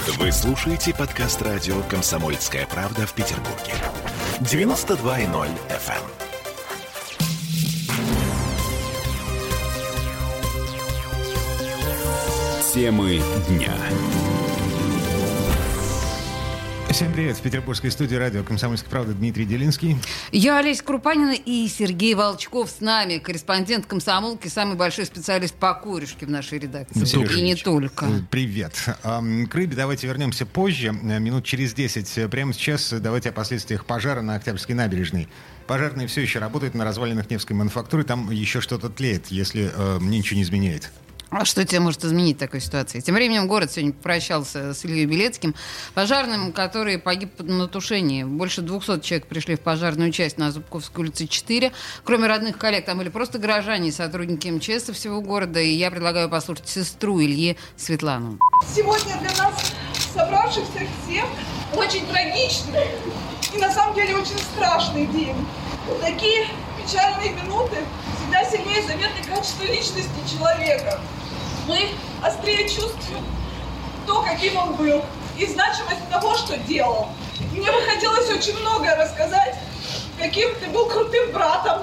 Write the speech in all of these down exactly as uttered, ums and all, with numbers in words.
Вы слушаете подкаст радио «Комсомольская правда» в Петербурге. девяносто два и ноль эф эм. Темы дня. Всем привет. В петербургской студии радио «Комсомольская правда» Дмитрий Делинский. Я Олеся Крупанина и Сергей Волчков с нами, корреспондент «Комсомолки», самый большой специалист по корюшке в нашей редакции. Сереж, и не только. Привет. К рыбе давайте вернемся позже, минут через десять. Прямо сейчас давайте о последствиях пожара на Октябрьской набережной. Пожарные все еще работают на развалинах Невской мануфактуры. Там еще что-то тлеет, если э, мне ничего не изменяет. А что тебя может изменить в такой ситуации? Тем временем город сегодня попрощался с Ильей Белецким, пожарным, который погиб на тушении. Больше двухсот человек пришли в пожарную часть на Зубковской улице четыре. Кроме родных коллег, там были просто горожане и сотрудники эм че эс всего города. И я предлагаю послушать сестру Ильи, Светлану. Сегодня для нас, собравшихся всех, очень трагичный и на самом деле очень страшный день. Такие печальные минуты всегда сильнее заметны качество личности человека. Мы острее чувствуем то, каким он был, и значимость того, что делал. Мне бы хотелось очень многое рассказать, каким ты был крутым братом,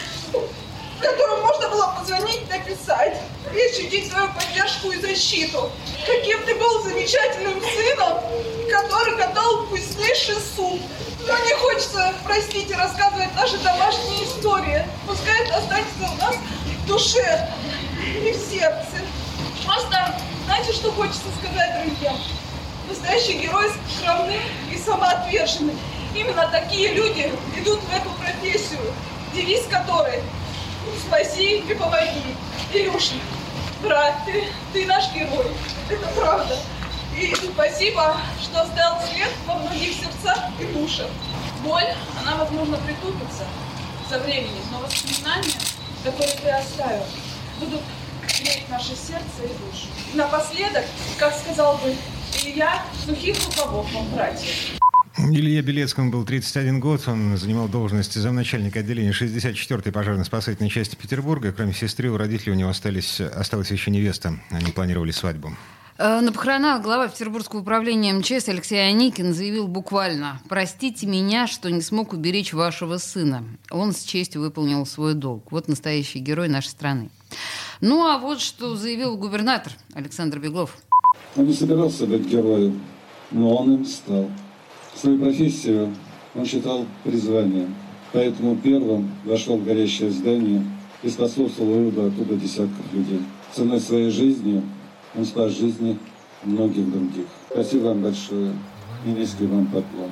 которому можно было позвонить, написать, и ощутить свою поддержку и защиту. Каким ты был замечательным сыном, который готовил вкуснейший суп. Но не хочется, простите, рассказывать наши домашние истории. Пускай это останется у нас в душе и в сердце. Просто, знаете, что хочется сказать, друзья? Настоящий герой скромный и самоотверженный. Именно такие люди идут в эту профессию, девиз которой «Спаси и помоги». Илюша, брат, ты, ты наш герой. Это правда. И спасибо, что оставил след во многих сердцах и душах. Боль, она, возможно, притупится со временем, но воспоминания, которые ты оставил, будут греть наше сердце и душу. И напоследок, как сказал бы Илья, сухих рукавов вам, братья. Илье Белецкому был тридцать один год. Он занимал должность замначальника отделения шестьдесят четвёртой пожарно-спасательной части Петербурга. Кроме сестры, у родителей у него остались, осталась еще невеста. Они планировали свадьбу. На похоронах глава Петербургского управления эм че эс Алексей Аникин заявил буквально: «Простите меня, что не смог уберечь вашего сына. Он с честью выполнил свой долг». Вот настоящий герой нашей страны. Ну а вот что заявил губернатор Александр Беглов. Он не собирался быть героем, но он им стал. Свою профессию он считал призванием. Поэтому первым вошел в горящее здание и способствовал выводу оттуда десятков людей. Ценой своей жизни он спас жизни многих других. Спасибо вам большое и низкий вам поклон.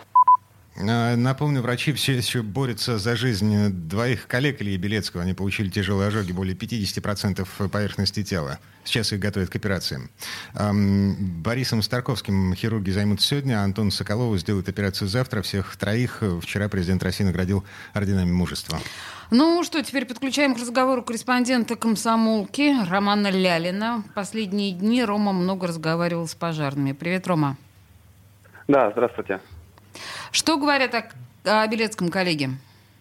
Напомню, врачи все еще борются за жизнь двоих коллег Ильи Белецкого. Они получили тяжелые ожоги, более пятьдесят процентов поверхности тела. Сейчас их готовят к операциям. Борисом Старковским хирурги займутся сегодня, а Антону Соколову сделают операцию завтра. Всех троих вчера президент России наградил орденами мужества. Ну что, теперь подключаем к разговору корреспондента «Комсомолки» Романа Лялина. Последние дни Рома много разговаривал с пожарными. Привет, Рома. Да, здравствуйте. Что говорят о, о Белецком коллеге?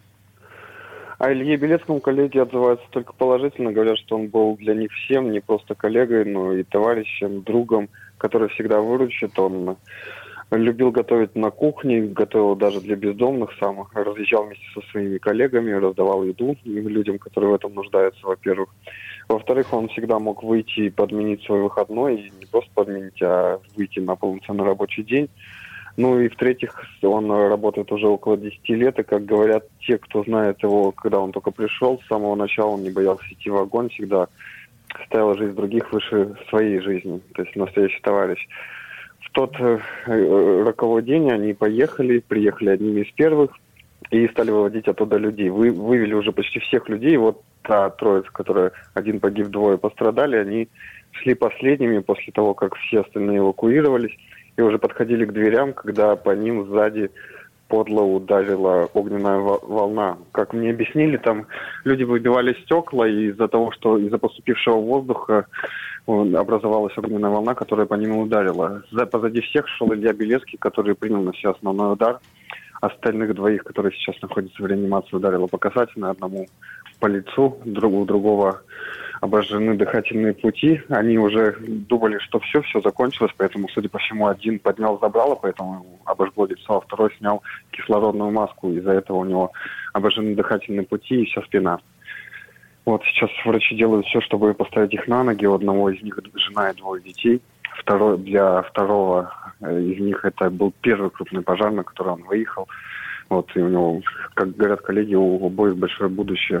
О Илье Белецком коллеги отзываются только положительно. Говорят, что он был для них всем, не просто коллегой, но и товарищем, другом, который всегда выручит. Он любил готовить на кухне, готовил даже для бездомных сам. Разъезжал вместе со своими коллегами, раздавал еду людям, которые в этом нуждаются, во-первых. Во-вторых, он всегда мог выйти и подменить свой выходной, и не просто подменить, а выйти на полноценный рабочий день. Ну и в-третьих, он работает уже около десяти лет, и, как говорят те, кто знает его, когда он только пришел, с самого начала он не боялся идти в огонь, всегда ставил жизнь других выше своей жизни, то есть настоящий товарищ. В тот э, роковой день они поехали, приехали одними из первых и стали выводить оттуда людей. Вы, вывели уже почти всех людей, вот та троица, которая один погиб, двое пострадали, они шли последними после того, как все остальные эвакуировались. И уже подходили к дверям, когда по ним сзади подло ударила огненная волна. Как мне объяснили, там люди выбивали стекла, и из-за того, что из-за поступившего воздуха образовалась огненная волна, которая по ним ударила. Позади всех шел Илья Белецкий, который принял на себя основной удар. Остальных двоих, которые сейчас находятся в реанимации, ударило по касательной, одному по лицу, другу, другого обожжены дыхательные пути. Они уже думали, что все, все закончилось, поэтому, судя по всему, один поднял забрало, поэтому обожгло лицо, а второй снял кислородную маску. Из-за этого у него обожжены дыхательные пути и вся спина. Вот сейчас врачи делают все, чтобы поставить их на ноги. У одного из них жена и двое детей. Второй, для второго из них это был первый крупный пожар, на который он выехал. Вот, и у него, как говорят коллеги, у обоих большое будущее.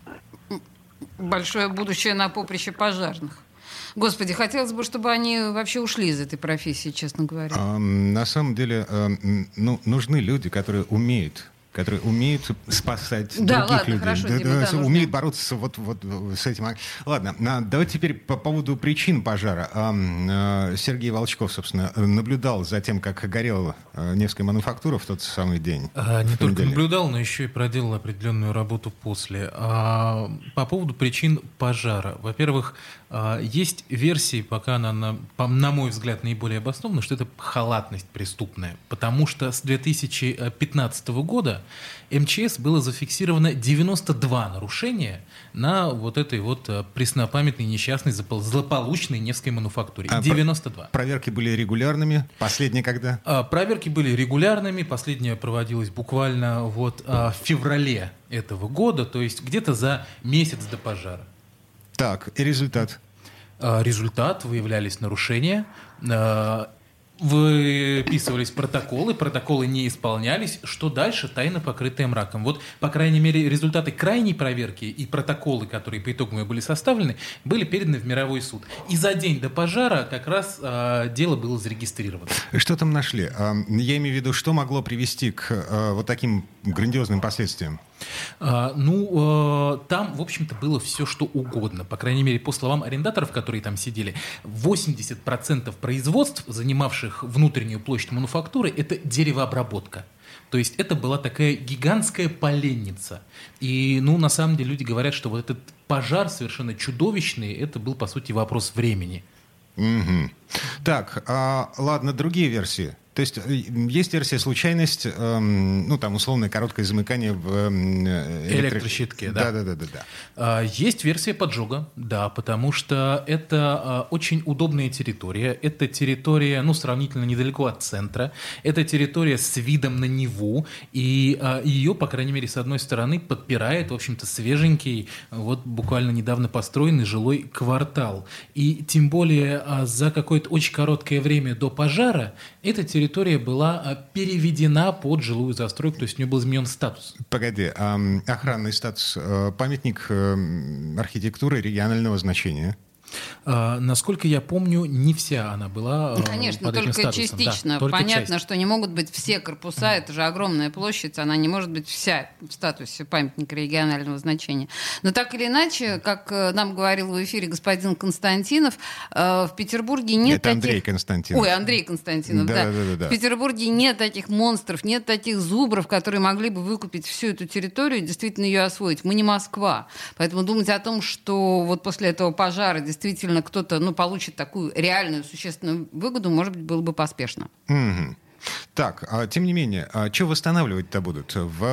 Большое будущее на поприще пожарных. Господи, хотелось бы, чтобы они вообще ушли из этой профессии, честно говоря. А, на самом деле, ну, нужны люди, которые умеют которые умеют спасать да, других ладно, людей. Хорошо, да, Дима, да, да, умеют бороться вот, вот с этим. Ладно, давайте теперь по поводу причин пожара. Сергей Волчков, собственно, наблюдал за тем, как горела Невская мануфактура в тот самый день. А, не только наблюдал, но еще и проделал определенную работу после. А, по поводу причин пожара. Во-первых, есть версии, пока она, на, на мой взгляд, наиболее обоснована, что это халатность преступная. Потому что с две тысячи пятнадцатого года эм че эс было зафиксировано девяносто два нарушения на вот этой вот преснопамятной, несчастной, злополучной Невской мануфактуре. А девяносто два. Проверки были регулярными? Последние когда? А, проверки были регулярными. Последняя проводилась буквально вот а, в феврале этого года, то есть где-то за месяц до пожара. Так, и результат? А, результат, выявлялись нарушения, а, выписывались протоколы, протоколы не исполнялись. Что дальше? Тайна, покрытая мраком. Вот, по крайней мере, результаты крайней проверки и протоколы, которые по итогам ее были составлены, были переданы в мировой суд. И за день до пожара как раз а, дело было зарегистрировано. Что там нашли? Я имею в виду, что могло привести к а, вот таким грандиозным последствиям? А, ну, а, там, в общем-то, было все, что угодно. По крайней мере, по словам арендаторов, которые там сидели, восемьдесят процентов производств, занимавших внутреннюю площадь мануфактуры, это деревообработка. То есть это была такая гигантская поленница. И, ну, на самом деле, люди говорят, что вот этот пожар совершенно чудовищный, это был, по сути, вопрос времени. Угу. Так, а, ладно, другие версии. То есть есть версия случайность, эм, ну там условное короткое замыкание в э, электро... электрощитке, да? Да, да, да, да, да. А, есть версия поджога, да, потому что это а, очень удобная территория. Это территория, ну, сравнительно недалеко от центра. Это территория с видом на Неву, и а, ее, по крайней мере, с одной стороны подпирает, в общем-то, свеженький, вот буквально недавно построенный жилой квартал. И тем более а, за какое-то очень короткое время до пожара эта территория Территория была переведена под жилую застройку, то есть у нее был изменен статус. Погоди, а охранный статус, памятник архитектуры регионального значения? А, насколько я помню, не вся она была. Конечно, под только этим статусом. частично. Да, только Понятно, часть. что не могут быть все корпуса, это же огромная площадь, она не может быть вся в статусе памятника регионального значения. Но так или иначе, как нам говорил в эфире господин Константинов, в Петербурге нет это таких... Андрей Константинов. Ой, Андрей Константинов, да. Да, да, да, да. В Петербурге нет таких монстров, нет таких зубров, которые могли бы выкупить всю эту территорию и действительно ее освоить. Мы не Москва. Поэтому думать о том, что вот после этого пожара действительно кто-то ну, получит такую реальную существенную выгоду, может быть, было бы поспешно. Угу. Так, а, тем не менее, а, что восстанавливать-то будут? В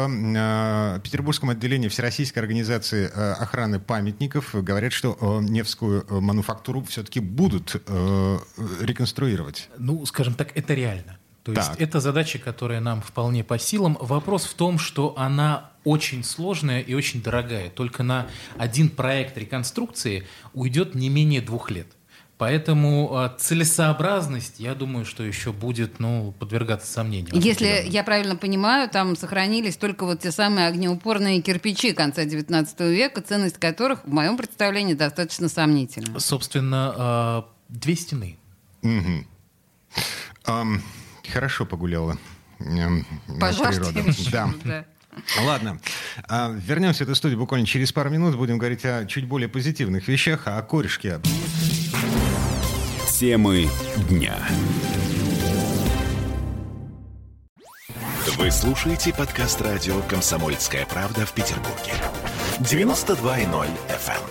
а, Петербургском отделении Всероссийской организации а, охраны памятников говорят, что а, Невскую а, мануфактуру все-таки будут а, реконструировать. Ну, скажем так, это реально. То есть так. это задача, которая нам вполне по силам. Вопрос в том, что она очень сложная и очень дорогая. Только на один проект реконструкции уйдет не менее двух лет. Поэтому целесообразность, я думаю, что еще будет ну, подвергаться сомнению. Если я правильно понимаю, там сохранились только вот те самые огнеупорные кирпичи конца девятнадцатого века, ценность которых, в моем представлении, достаточно сомнительна. Собственно, две стены. Угу. Um, хорошо погуляла. Пожар, да. да. Ладно, а, вернемся в эту студию буквально через пару минут. Будем говорить о чуть более позитивных вещах, о корешке. Темы дня. Вы слушаете подкаст радио «Комсомольская правда» в Петербурге. девяносто два и ноль эф эм.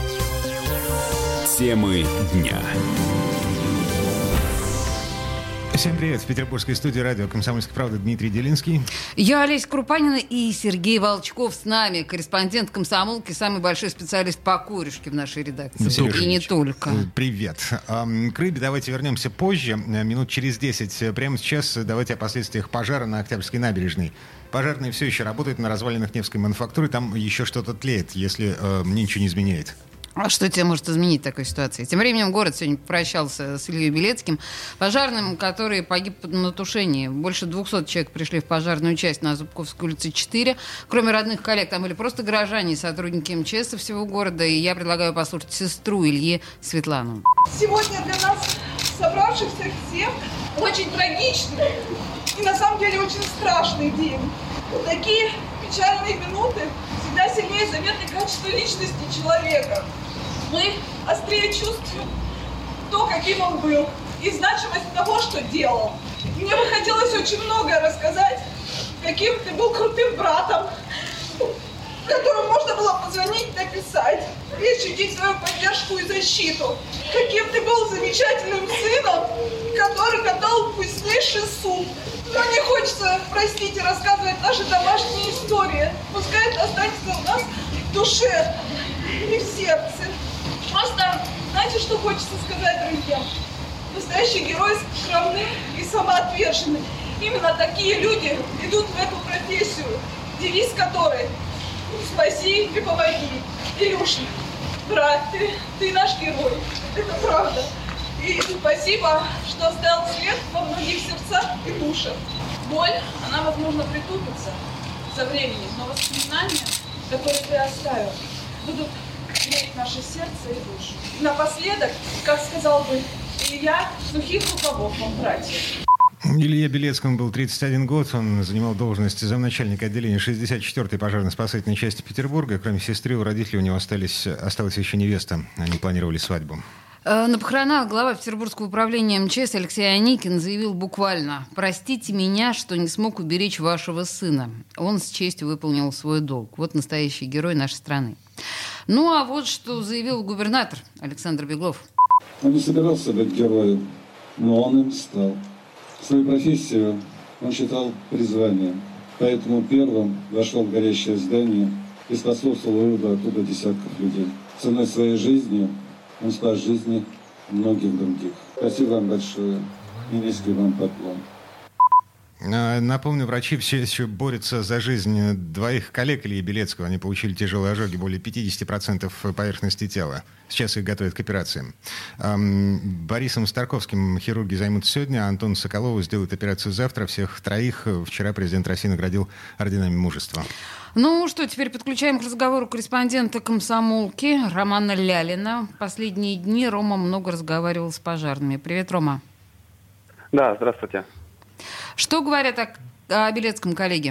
Темы дня. Всем привет. В петербургской студии радио «Комсомольская правда» Дмитрий Делинский. Я Олеся Крупанина и Сергей Волчков с нами, корреспондент «Комсомолки», самый большой специалист по курюшке в нашей редакции. Ну, Сережа, и не только. Привет. К рыбе давайте вернемся позже, минут через десять. Прямо сейчас давайте о последствиях пожара на Октябрьской набережной. Пожарные все еще работают на развалинах Невской мануфактуры. Там еще что-то тлеет, если э, ничего не изменяет. А что тебя может изменить в такой ситуации? Тем временем город сегодня попрощался с Ильей Белецким, пожарным, который погиб на тушении. Больше двухсот человек пришли в пожарную часть на Зубковской улице четыре. Кроме родных коллег, там были просто горожане и сотрудники эм че эс со всего города. И я предлагаю послушать сестру Ильи, Светлану. Сегодня для нас, собравшихся всех, очень трагичный и на самом деле очень страшный день. Такие печальные минуты всегда сильнее заметны качество личности человека. Мы острее чувствуем то, каким он был, и значимость того, что делал. И мне бы хотелось очень многое рассказать, каким ты был крутым братом, которому можно было позвонить, написать, и ощутить свою поддержку и защиту. Каким ты был замечательным сыном, который готовил вкуснейший суп. Но не хочется, простите, рассказывать наши домашние истории. Пускай это останется у нас в душе и в сердце. Просто, знаете, что хочется сказать, друзья? Настоящий герой скромный и самоотверженный. Именно такие люди идут в эту профессию, девиз которой «Спаси и помоги». Илюша, брат, ты, ты наш герой. Это правда. И спасибо, что оставил след во многих сердцах и душах. Боль, она, возможно, притупится со временем, но воспоминания, которые ты оставил, будут греть наше сердце и душу. И напоследок, как сказал бы Илья, сухих рукавов вам, братья. Илье Белецкому был тридцать один год. Он занимал должность замначальника отделения шестьдесят четвёртой пожарно-спасательной части Петербурга. Кроме сестры, у родителей у него остались, осталась еще невеста. Они планировали свадьбу. На похоронах глава Петербургского управления эм че эс Алексей Аникин заявил буквально: «Простите меня, что не смог уберечь вашего сына. Он с честью выполнил свой долг». Вот настоящий герой нашей страны. Ну а вот что заявил губернатор Александр Беглов. Он не собирался быть героем, но он им стал. Свою профессию он считал призванием. Поэтому первым вошел в горящее здание и способствовал выводу оттуда десятков людей. Ценой своей жизни он спас жизни многих других. Спасибо вам большое и низкий вам поклон. Напомню, врачи все еще борются за жизнь двоих коллег Ильи Белецкого. Они получили тяжелые ожоги, более пятьдесят процентов поверхности тела. Сейчас их готовят к операциям. Борисом Старковским хирурги займутся сегодня, а Антону Соколову сделают операцию завтра. Всех троих вчера президент России наградил орденами мужества. Ну что, теперь подключаем к разговору корреспондента «Комсомолки» Романа Лялина. Последние дни Рома много разговаривал с пожарными. Привет, Рома. Да, здравствуйте. Что говорят о, о Белецком коллеге?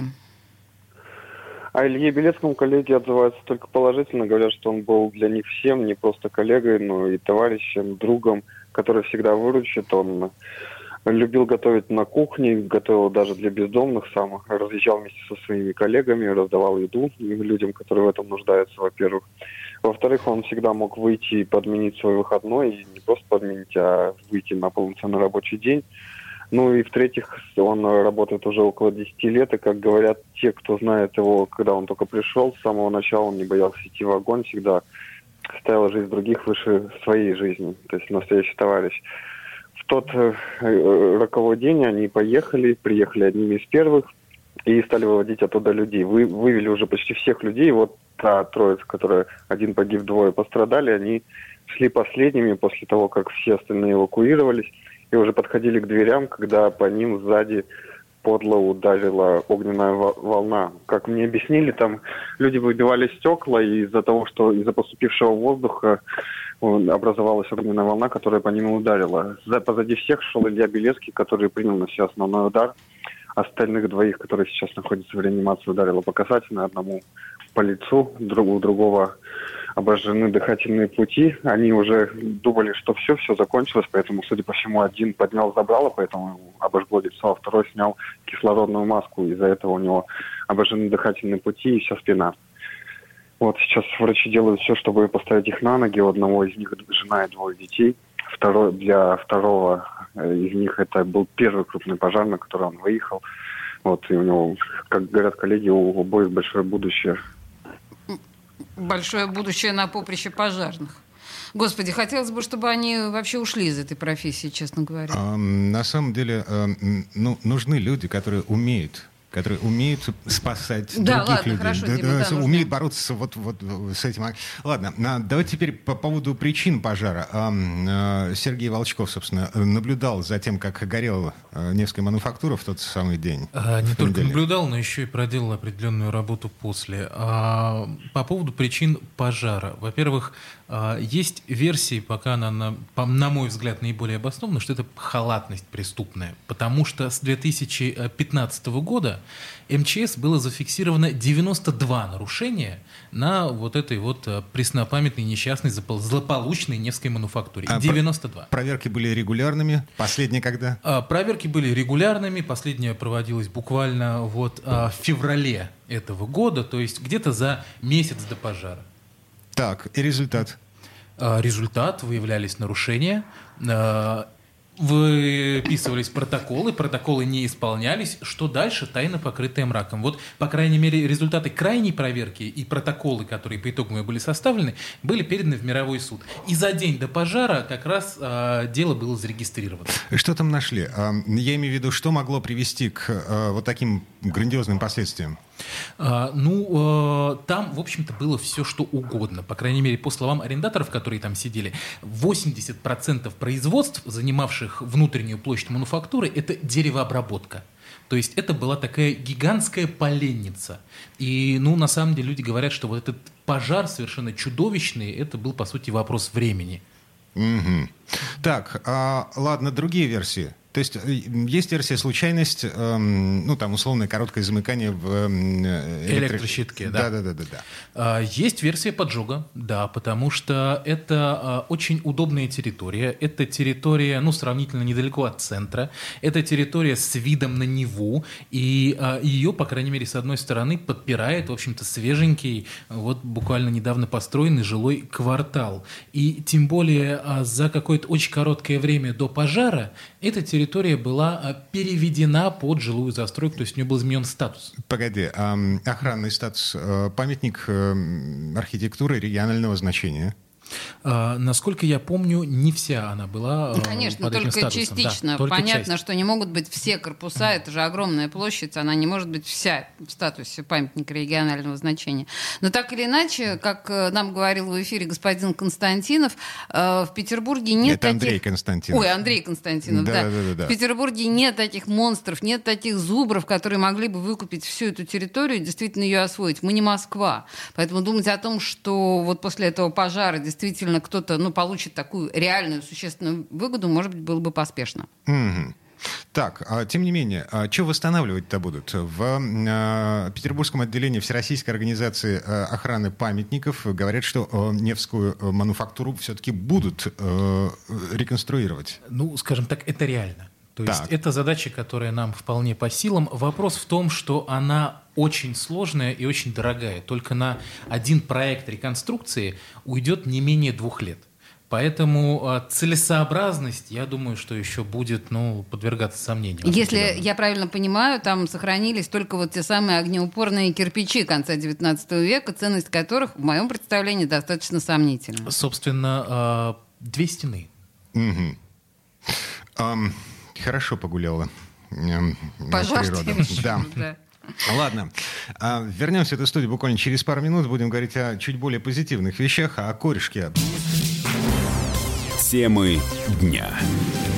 О Илье Белецком коллеги отзываются только положительно. Говорят, что он был для них всем, не просто коллегой, но и товарищем, другом, который всегда выручит. Он любил готовить на кухне, готовил даже для бездомных сам. Разъезжал вместе со своими коллегами, раздавал еду людям, которые в этом нуждаются, во-первых. Во-вторых, он всегда мог выйти и подменить свой выходной. И не просто подменить, а выйти на полноценный рабочий день. Ну и в-третьих, он работает уже около десяти лет, и, как говорят те, кто знает его, когда он только пришел, с самого начала он не боялся идти в огонь, всегда ставил жизнь других выше своей жизни, то есть настоящий товарищ. В тот э, роковой день они поехали, приехали одними из первых и стали выводить оттуда людей. Вы, вывели уже почти всех людей, вот та троица, которая один погиб, двое пострадали, они шли последними после того, как все остальные эвакуировались. И уже подходили к дверям, когда по ним сзади подло ударила огненная волна. Как мне объяснили, там люди выбивали стекла, и из-за того, что из-за поступившего воздуха образовалась огненная волна, которая по ним ударила. Позади всех шел Илья Белецкий, который принял на себя основной удар. Остальных двоих, которые сейчас находятся в реанимации, ударило по касательной, одному по лицу, другу, другого обожжены дыхательные пути. Они уже думали, что все, все закончилось, поэтому, судя по всему, один поднял забрало, поэтому обожгло лицо, а второй снял кислородную маску. Из-за этого у него обожжены дыхательные пути и вся спина. Вот сейчас врачи делают все, чтобы поставить их на ноги. У одного из них жена и двое детей. Второй, для второго Из них это был первый крупный пожар, на который он выехал. Вот, и у него, как говорят коллеги, у обоих большое будущее. Большое будущее на поприще пожарных. Господи, хотелось бы, чтобы они вообще ушли из этой профессии, честно говоря. А, на самом деле, а, ну, нужны люди, которые умеют которые умеют спасать да, других ладно, людей. Хорошо, да, Дима, да, да, умеют бороться вот, вот с этим. Ладно, давайте теперь по поводу причин пожара. Сергей Волчков, собственно, наблюдал за тем, как горела Невская мануфактура в тот самый день. А, не только наблюдал, но еще и проделал определенную работу после. А, по поводу причин пожара. Во-первых, а, есть версии, пока она, на, на мой взгляд, наиболее обоснована, что это халатность преступная. Потому что с две тысячи пятнадцатого года эм че эс было зафиксировано девяносто два нарушения на вот этой вот преснопамятной, несчастной, злополучной Невской мануфактуре. А девяносто два. Проверки были регулярными? Последние когда? А, проверки были регулярными. Последняя проводилась буквально вот а, в феврале этого года, то есть где-то за месяц до пожара. Так, и результат? А, результат, выявлялись нарушения. А, выписывались протоколы, протоколы не исполнялись, что дальше тайна, покрытая мраком. Вот, по крайней мере, результаты крайней проверки и протоколы, которые по итогам были составлены, были переданы в мировой суд. И за день до пожара как раз а, дело было зарегистрировано. Что там нашли? Я имею в виду, что могло привести к а, вот таким грандиозным последствиям? А, ну, а, там, в общем-то, было все, что угодно. По крайней мере, по словам арендаторов, которые там сидели, восемьдесят процентов производств, занимавших внутреннюю площадь мануфактуры, это деревообработка. То есть это была такая гигантская поленница. И, ну, на самом деле, люди говорят, что вот этот пожар совершенно чудовищный, это был, по сути, вопрос времени. Угу. Так, а, ладно, другие версии. То есть есть версия случайность, эм, ну там условное короткое замыкание в эм, электро... электрощитке, да. Да, да, да, да, да. А, есть версия поджога, да, потому что это а, очень удобная территория. Это территория, ну, сравнительно недалеко от центра. Это территория с видом на Неву, и а, ее, по крайней мере, с одной стороны подпирает, в общем-то, свеженький, вот буквально недавно построенный жилой квартал. И тем более а, за какое-то очень короткое время до пожара эта территория Территория была переведена под жилую застройку, то есть у нее был изменен статус. Погоди, а охранный статус, памятник архитектуры регионального значения? А, насколько я помню, не вся она была. Конечно, под только этим статусом. частично. Да, только Понятно, часть. что не могут быть все корпуса, это же огромная площадь, она не может быть вся в статусе памятника регионального значения. Но так или иначе, как нам говорил в эфире господин Константинов, в Петербурге нет это таких... Андрей Константинов. Ой, Андрей Константинов, да. Да, да, да, да. В Петербурге нет таких монстров, нет таких зубров, которые могли бы выкупить всю эту территорию и действительно ее освоить. Мы не Москва. Поэтому думать о том, что вот после этого пожара действительно кто-то ну, получит такую реальную существенную выгоду, может быть, было бы поспешно. Угу. Так, а, тем не менее, а, что восстанавливать-то будут? В а, Петербургском отделении Всероссийской организации а, охраны памятников говорят, что а, Невскую а, мануфактуру все-таки будут а, реконструировать. Ну, скажем так, это реально. То есть так. это задача, которая нам вполне по силам. Вопрос в том, что она очень сложная и очень дорогая. Только на один проект реконструкции уйдет не менее двух лет. Поэтому целесообразность, я думаю, что еще будет ну, подвергаться сомнению. Если я правильно понимаю, там сохранились только вот те самые огнеупорные кирпичи конца девятнадцатого века, ценность которых, в моем представлении, достаточно сомнительна. Собственно, две стены. Угу. Um, хорошо погуляла. Пожар, природа. Да. да. Ладно, вернемся в эту студию буквально через пару минут. Будем говорить о чуть более позитивных вещах, о корешке. Темы дня.